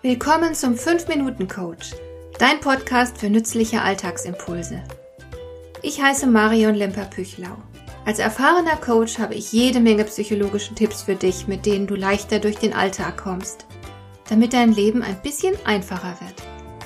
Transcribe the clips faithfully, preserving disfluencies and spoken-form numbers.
Willkommen zum fünf Minuten Coach, dein Podcast für nützliche Alltagsimpulse. Ich heiße Marion Lemper-Püchlau. Als erfahrener Coach habe ich jede Menge psychologische Tipps für dich, mit denen du leichter durch den Alltag kommst, damit dein Leben ein bisschen einfacher wird.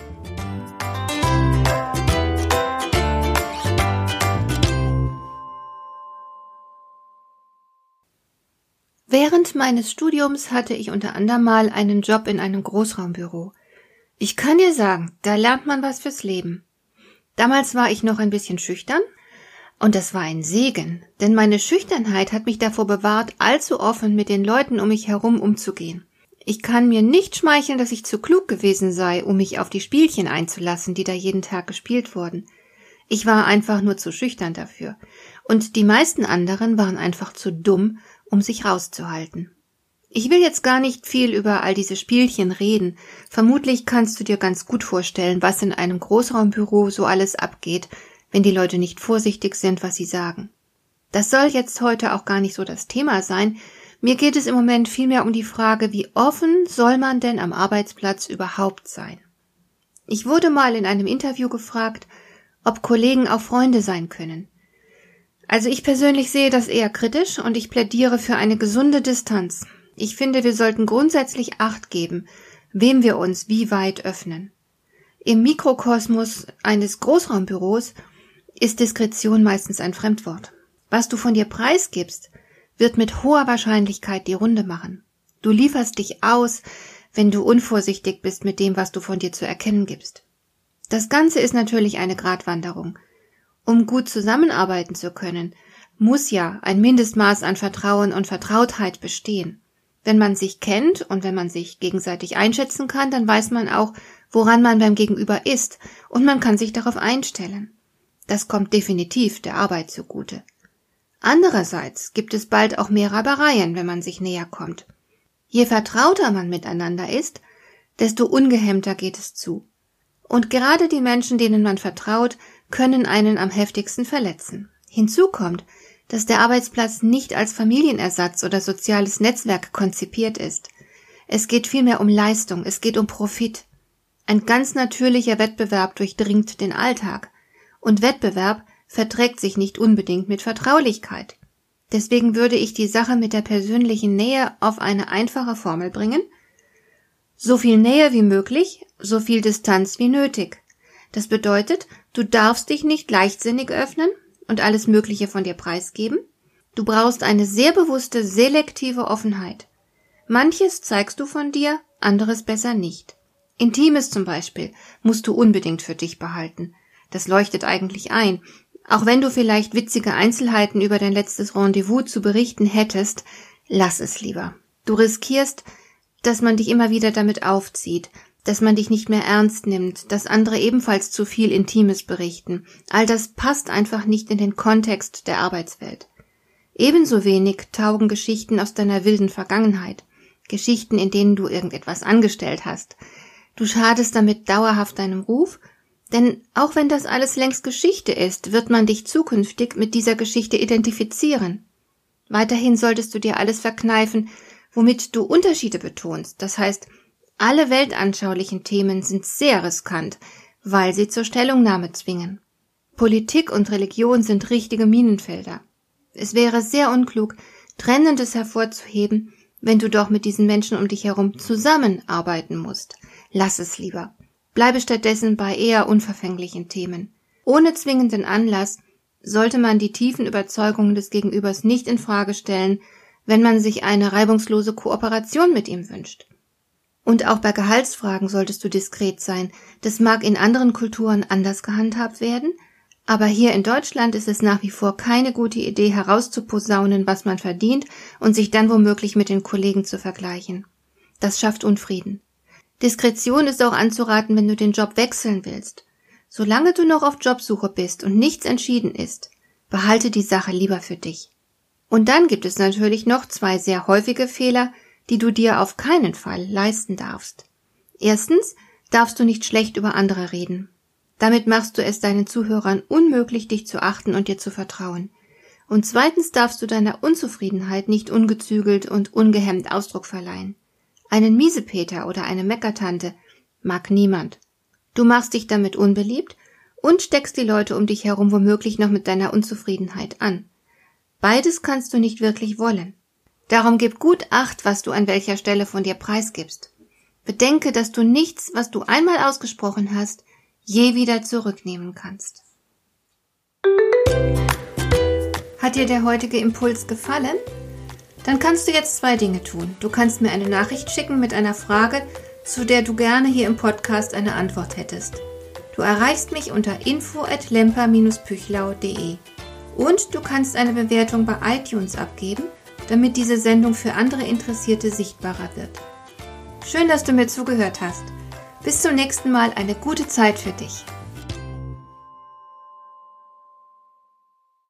Während meines Studiums hatte ich unter anderem mal einen Job in einem Großraumbüro. Ich kann dir sagen, da lernt man was fürs Leben. Damals war ich noch ein bisschen schüchtern und das war ein Segen, denn meine Schüchternheit hat mich davor bewahrt, allzu offen mit den Leuten um mich herum umzugehen. Ich kann mir nicht schmeicheln, dass ich zu klug gewesen sei, um mich auf die Spielchen einzulassen, die da jeden Tag gespielt wurden. Ich war einfach nur zu schüchtern dafür. Und die meisten anderen waren einfach zu dumm, um sich rauszuhalten. Ich will jetzt gar nicht viel über all diese Spielchen reden. Vermutlich kannst du dir ganz gut vorstellen, was in einem Großraumbüro so alles abgeht, wenn die Leute nicht vorsichtig sind, was sie sagen. Das soll jetzt heute auch gar nicht so das Thema sein. Mir geht es im Moment vielmehr um die Frage, wie offen soll man denn am Arbeitsplatz überhaupt sein? Ich wurde mal in einem Interview gefragt, ob Kollegen auch Freunde sein können. Also ich persönlich sehe das eher kritisch und ich plädiere für eine gesunde Distanz. Ich finde, wir sollten grundsätzlich Acht geben, wem wir uns wie weit öffnen. Im Mikrokosmos eines Großraumbüros ist Diskretion meistens ein Fremdwort. Was du von dir preisgibst, wird mit hoher Wahrscheinlichkeit die Runde machen. Du lieferst dich aus, wenn du unvorsichtig bist mit dem, was du von dir zu erkennen gibst. Das Ganze ist natürlich eine Gratwanderung. Um gut zusammenarbeiten zu können, muss ja ein Mindestmaß an Vertrauen und Vertrautheit bestehen. Wenn man sich kennt und wenn man sich gegenseitig einschätzen kann, dann weiß man auch, woran man beim Gegenüber ist und man kann sich darauf einstellen. Das kommt definitiv der Arbeit zugute. Andererseits gibt es bald auch mehr Reibereien, wenn man sich näher kommt. Je vertrauter man miteinander ist, desto ungehemmter geht es zu. Und gerade die Menschen, denen man vertraut, können einen am heftigsten verletzen. Hinzu kommt, dass der Arbeitsplatz nicht als Familienersatz oder soziales Netzwerk konzipiert ist. Es geht vielmehr um Leistung, es geht um Profit. Ein ganz natürlicher Wettbewerb durchdringt den Alltag. Und Wettbewerb verträgt sich nicht unbedingt mit Vertraulichkeit. Deswegen würde ich die Sache mit der persönlichen Nähe auf eine einfache Formel bringen. So viel Nähe wie möglich, so viel Distanz wie nötig. Das bedeutet, du darfst dich nicht leichtsinnig öffnen und alles Mögliche von dir preisgeben. Du brauchst eine sehr bewusste, selektive Offenheit. Manches zeigst du von dir, anderes besser nicht. Intimes zum Beispiel musst du unbedingt für dich behalten. Das leuchtet eigentlich ein. Auch wenn du vielleicht witzige Einzelheiten über dein letztes Rendezvous zu berichten hättest, lass es lieber. Du riskierst, dass man dich immer wieder damit aufzieht, dass man dich nicht mehr ernst nimmt, dass andere ebenfalls zu viel Intimes berichten. All das passt einfach nicht in den Kontext der Arbeitswelt. Ebenso wenig taugen Geschichten aus deiner wilden Vergangenheit, Geschichten, in denen du irgendetwas angestellt hast. Du schadest damit dauerhaft deinem Ruf, denn auch wenn das alles längst Geschichte ist, wird man dich zukünftig mit dieser Geschichte identifizieren. Weiterhin solltest du dir alles verkneifen, womit du Unterschiede betonst, das heißt, alle weltanschaulichen Themen sind sehr riskant, weil sie zur Stellungnahme zwingen. Politik und Religion sind richtige Minenfelder. Es wäre sehr unklug, Trennendes hervorzuheben, wenn du doch mit diesen Menschen um dich herum zusammenarbeiten musst. Lass es lieber. Bleibe stattdessen bei eher unverfänglichen Themen. Ohne zwingenden Anlass sollte man die tiefen Überzeugungen des Gegenübers nicht in Frage stellen, wenn man sich eine reibungslose Kooperation mit ihm wünscht. Und auch bei Gehaltsfragen solltest du diskret sein. Das mag in anderen Kulturen anders gehandhabt werden, aber hier in Deutschland ist es nach wie vor keine gute Idee, herauszuposaunen, was man verdient und sich dann womöglich mit den Kollegen zu vergleichen. Das schafft Unfrieden. Diskretion ist auch anzuraten, wenn du den Job wechseln willst. Solange du noch auf Jobsuche bist und nichts entschieden ist, behalte die Sache lieber für dich. Und dann gibt es natürlich noch zwei sehr häufige Fehler, die du dir auf keinen Fall leisten darfst. Erstens darfst du nicht schlecht über andere reden. Damit machst du es deinen Zuhörern unmöglich, dich zu achten und dir zu vertrauen. Und zweitens darfst du deiner Unzufriedenheit nicht ungezügelt und ungehemmt Ausdruck verleihen. Einen Miesepeter oder eine Meckertante mag niemand. Du machst dich damit unbeliebt und steckst die Leute um dich herum womöglich noch mit deiner Unzufriedenheit an. Beides kannst du nicht wirklich wollen. Darum gib gut Acht, was du an welcher Stelle von dir preisgibst. Bedenke, dass du nichts, was du einmal ausgesprochen hast, je wieder zurücknehmen kannst. Hat dir der heutige Impuls gefallen? Dann kannst du jetzt zwei Dinge tun. Du kannst mir eine Nachricht schicken mit einer Frage, zu der du gerne hier im Podcast eine Antwort hättest. Du erreichst mich unter info at lemper dash püchlau punkt de und du kannst eine Bewertung bei iTunes abgeben, damit diese Sendung für andere Interessierte sichtbarer wird. Schön, dass du mir zugehört hast. Bis zum nächsten Mal, eine gute Zeit für dich.